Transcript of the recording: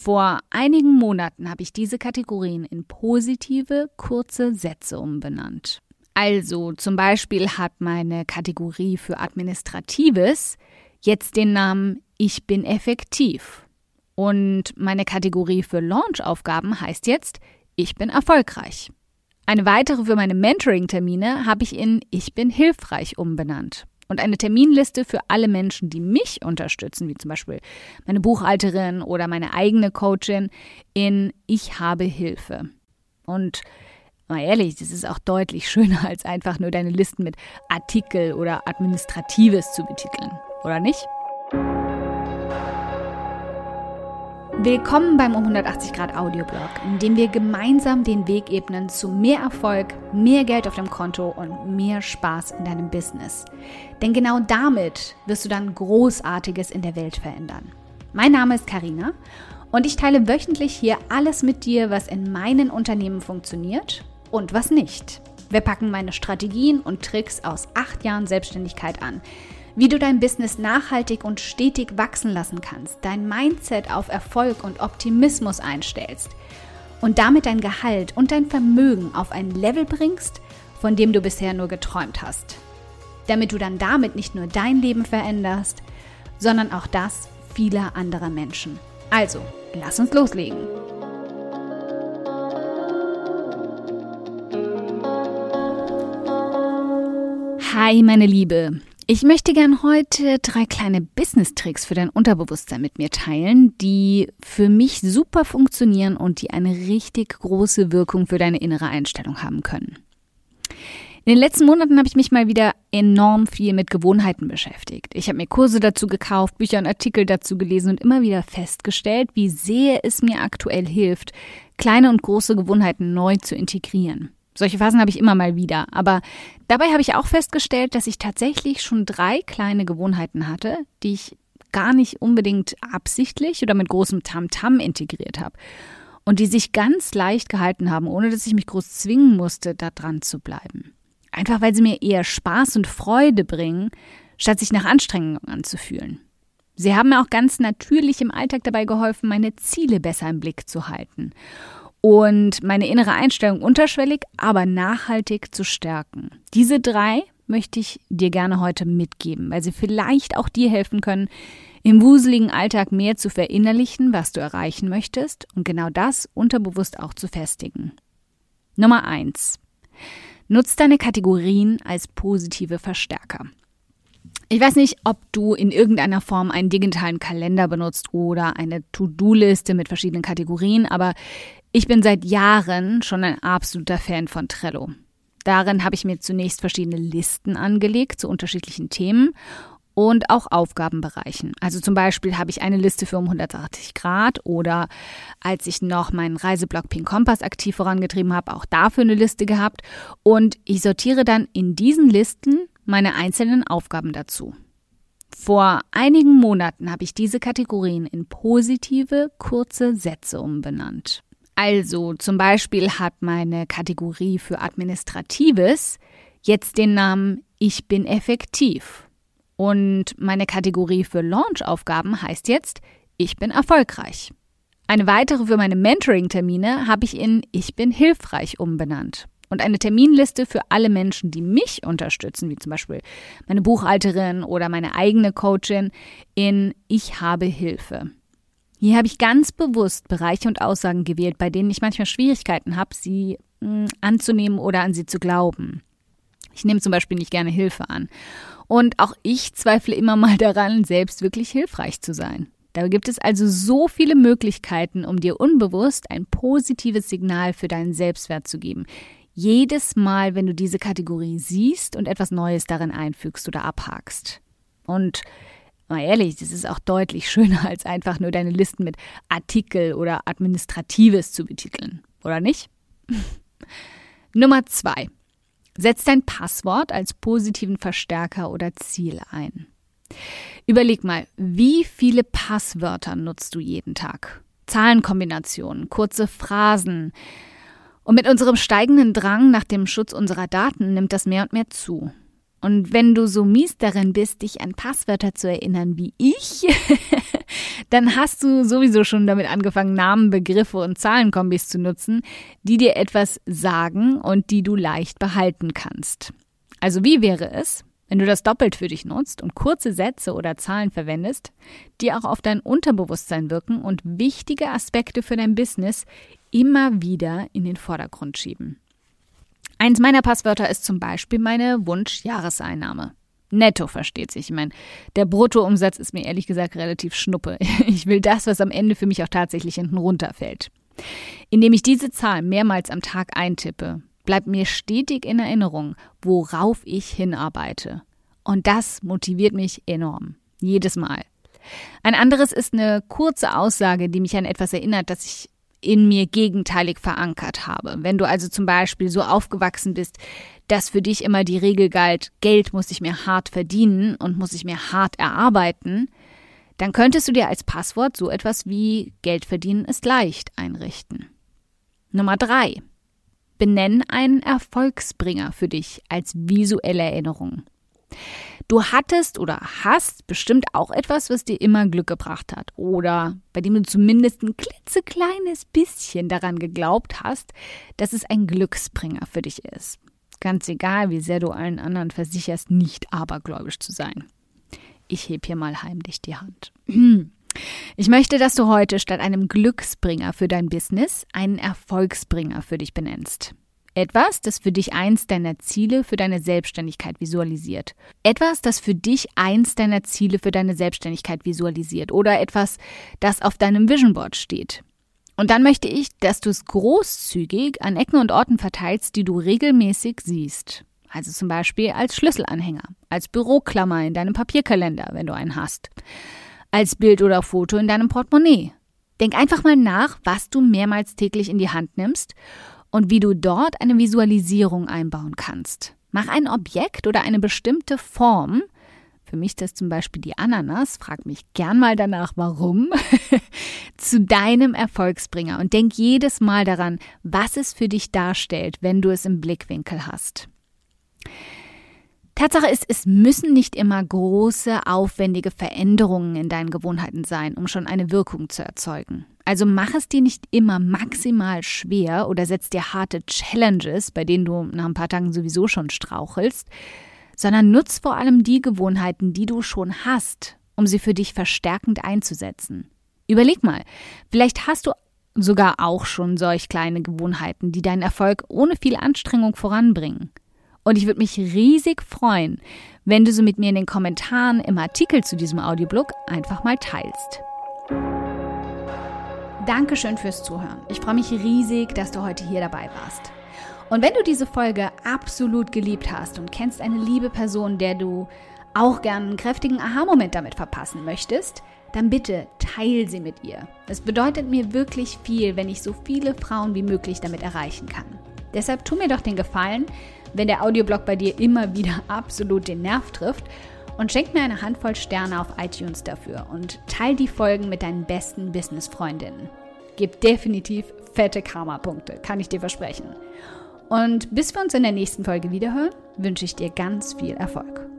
Vor einigen Monaten habe ich diese Kategorien in positive, kurze Sätze umbenannt. Also zum Beispiel hat meine Kategorie für Administratives jetzt den Namen Ich bin effektiv. Und meine Kategorie für Launch-Aufgaben heißt jetzt Ich bin erfolgreich. Eine weitere für meine Mentoring-Termine habe ich in Ich bin hilfreich umbenannt. Und eine Terminliste für alle Menschen, die mich unterstützen, wie zum Beispiel meine Buchhalterin oder meine eigene Coachin, in Ich habe Hilfe. Und mal ehrlich, das ist auch deutlich schöner, als einfach nur deine Listen mit Artikel oder Administratives zu betiteln, oder nicht? Willkommen beim 180 Grad Audioblog, in dem wir gemeinsam den Weg ebnen zu mehr Erfolg, mehr Geld auf dem Konto und mehr Spaß in deinem Business. Denn genau damit wirst du dann Großartiges in der Welt verändern. Mein Name ist Carina und ich teile wöchentlich hier alles mit dir, was in meinen Unternehmen funktioniert und was nicht. Wir packen meine Strategien und Tricks aus 8 Jahren Selbstständigkeit an, wie du dein Business nachhaltig und stetig wachsen lassen kannst, dein Mindset auf Erfolg und Optimismus einstellst und damit dein Gehalt und dein Vermögen auf ein Level bringst, von dem du bisher nur geträumt hast. Damit du dann damit nicht nur dein Leben veränderst, sondern auch das vieler anderer Menschen. Also, lass uns loslegen. Hi, meine Liebe. Ich möchte gern heute 3 kleine Business-Tricks für dein Unterbewusstsein mit mir teilen, die für mich super funktionieren und die eine richtig große Wirkung für deine innere Einstellung haben können. In den letzten Monaten habe ich mich mal wieder enorm viel mit Gewohnheiten beschäftigt. Ich habe mir Kurse dazu gekauft, Bücher und Artikel dazu gelesen und immer wieder festgestellt, wie sehr es mir aktuell hilft, kleine und große Gewohnheiten neu zu integrieren. Solche Phasen habe ich immer mal wieder, aber dabei habe ich auch festgestellt, dass ich tatsächlich schon 3 kleine Gewohnheiten hatte, die ich gar nicht unbedingt absichtlich oder mit großem Tamtam integriert habe und die sich ganz leicht gehalten haben, ohne dass ich mich groß zwingen musste, da dran zu bleiben. Einfach weil sie mir eher Spaß und Freude bringen, statt sich nach Anstrengung anzufühlen. Sie haben mir auch ganz natürlich im Alltag dabei geholfen, meine Ziele besser im Blick zu halten und meine innere Einstellung unterschwellig, aber nachhaltig zu stärken. Diese 3 möchte ich dir gerne heute mitgeben, weil sie vielleicht auch dir helfen können, im wuseligen Alltag mehr zu verinnerlichen, was du erreichen möchtest und genau das unterbewusst auch zu festigen. Nummer 1. Nutz deine Kategorien als positive Verstärker. Ich weiß nicht, ob du in irgendeiner Form einen digitalen Kalender benutzt oder eine To-Do-Liste mit verschiedenen Kategorien, aber ich bin seit Jahren schon ein absoluter Fan von Trello. Darin habe ich mir zunächst verschiedene Listen angelegt zu unterschiedlichen Themen und auch Aufgabenbereichen. Also zum Beispiel habe ich eine Liste für 180 Grad oder als ich noch meinen Reiseblog Pink Kompass aktiv vorangetrieben habe, auch dafür eine Liste gehabt. Und ich sortiere dann in diesen Listen meine einzelnen Aufgaben dazu. Vor einigen Monaten habe ich diese Kategorien in positive, kurze Sätze umbenannt. Also zum Beispiel hat meine Kategorie für Administratives jetzt den Namen Ich bin effektiv. Und meine Kategorie für Launch-Aufgaben heißt jetzt Ich bin erfolgreich. Eine weitere für meine Mentoring-Termine habe ich in Ich bin hilfreich umbenannt. Und eine Terminliste für alle Menschen, die mich unterstützen, wie zum Beispiel meine Buchhalterin oder meine eigene Coachin, in Ich habe Hilfe. Hier habe ich ganz bewusst Bereiche und Aussagen gewählt, bei denen ich manchmal Schwierigkeiten habe, sie anzunehmen oder an sie zu glauben. Ich nehme zum Beispiel nicht gerne Hilfe an. Und auch ich zweifle immer mal daran, selbst wirklich hilfreich zu sein. Da gibt es also so viele Möglichkeiten, um dir unbewusst ein positives Signal für deinen Selbstwert zu geben. Jedes Mal, wenn du diese Kategorie siehst und etwas Neues darin einfügst oder abhakst. Und mal ehrlich, das ist auch deutlich schöner, als einfach nur deine Listen mit Artikel oder Administratives zu betiteln, oder nicht? Nummer 2. Setz dein Passwort als positiven Verstärker oder Ziel ein. Überleg mal, wie viele Passwörter nutzt du jeden Tag? Zahlenkombinationen, kurze Phrasen. Und mit unserem steigenden Drang nach dem Schutz unserer Daten nimmt das mehr und mehr zu. Und wenn du so mies darin bist, dich an Passwörter zu erinnern wie ich, dann hast du sowieso schon damit angefangen, Namen, Begriffe und Zahlenkombis zu nutzen, die dir etwas sagen und die du leicht behalten kannst. Also wie wäre es, wenn du das doppelt für dich nutzt und kurze Sätze oder Zahlen verwendest, die auch auf dein Unterbewusstsein wirken und wichtige Aspekte für dein Business immer wieder in den Vordergrund schieben? Eins meiner Passwörter ist zum Beispiel meine Wunschjahreseinnahme. Netto, versteht sich. Ich meine, der Bruttoumsatz ist mir ehrlich gesagt relativ schnuppe. Ich will das, was am Ende für mich auch tatsächlich hinten runterfällt. Indem ich diese Zahl mehrmals am Tag eintippe, bleibt mir stetig in Erinnerung, worauf ich hinarbeite. Und das motiviert mich enorm. Jedes Mal. Ein anderes ist eine kurze Aussage, die mich an etwas erinnert, das ich in mir gegenteilig verankert habe. Wenn du also zum Beispiel so aufgewachsen bist, dass für dich immer die Regel galt, Geld muss ich mir hart verdienen und muss ich mir hart erarbeiten, dann könntest du dir als Passwort so etwas wie Geld verdienen ist leicht einrichten. Nummer 3. Benenn einen Erfolgsbringer für dich als visuelle Erinnerung. Du hattest oder hast bestimmt auch etwas, was dir immer Glück gebracht hat oder bei dem du zumindest ein klitzekleines bisschen daran geglaubt hast, dass es ein Glücksbringer für dich ist. Ganz egal, wie sehr du allen anderen versicherst, nicht abergläubisch zu sein. Ich heb hier mal heimlich die Hand. Ich möchte, dass du heute statt einem Glücksbringer für dein Business einen Erfolgsbringer für dich benennst. Etwas, das für dich eins deiner Ziele für deine Selbstständigkeit visualisiert. Etwas, das für dich eins deiner Ziele für deine Selbstständigkeit visualisiert. Oder etwas, das auf deinem Vision Board steht. Und dann möchte ich, dass du es großzügig an Ecken und Orten verteilst, die du regelmäßig siehst. Also zum Beispiel als Schlüsselanhänger, als Büroklammer in deinem Papierkalender, wenn du einen hast. Als Bild oder Foto in deinem Portemonnaie. Denk einfach mal nach, was du mehrmals täglich in die Hand nimmst und wie du dort eine Visualisierung einbauen kannst. Mach ein Objekt oder eine bestimmte Form, für mich ist das zum Beispiel die Ananas, frag mich gern mal danach, warum, zu deinem Erfolgsbringer und denk jedes Mal daran, was es für dich darstellt, wenn du es im Blickwinkel hast. Tatsache ist, es müssen nicht immer große, aufwendige Veränderungen in deinen Gewohnheiten sein, um schon eine Wirkung zu erzeugen. Also mach es dir nicht immer maximal schwer oder setz dir harte Challenges, bei denen du nach ein paar Tagen sowieso schon strauchelst, sondern nutz vor allem die Gewohnheiten, die du schon hast, um sie für dich verstärkend einzusetzen. Überleg mal, vielleicht hast du sogar auch schon solch kleine Gewohnheiten, die deinen Erfolg ohne viel Anstrengung voranbringen. Und ich würde mich riesig freuen, wenn du sie mit mir in den Kommentaren im Artikel zu diesem Audioblog einfach mal teilst. Dankeschön fürs Zuhören. Ich freue mich riesig, dass du heute hier dabei warst. Und wenn du diese Folge absolut geliebt hast und kennst eine liebe Person, der du auch gern einen kräftigen Aha-Moment damit verpassen möchtest, dann bitte teil sie mit ihr. Es bedeutet mir wirklich viel, wenn ich so viele Frauen wie möglich damit erreichen kann. Deshalb tu mir doch den Gefallen, wenn der Audioblog bei dir immer wieder absolut den Nerv trifft und schenk mir eine Handvoll Sterne auf iTunes dafür und teil die Folgen mit deinen besten Business-Freundinnen. Gib definitiv fette Karma-Punkte, kann ich dir versprechen. Und bis wir uns in der nächsten Folge wiederhören, wünsche ich dir ganz viel Erfolg.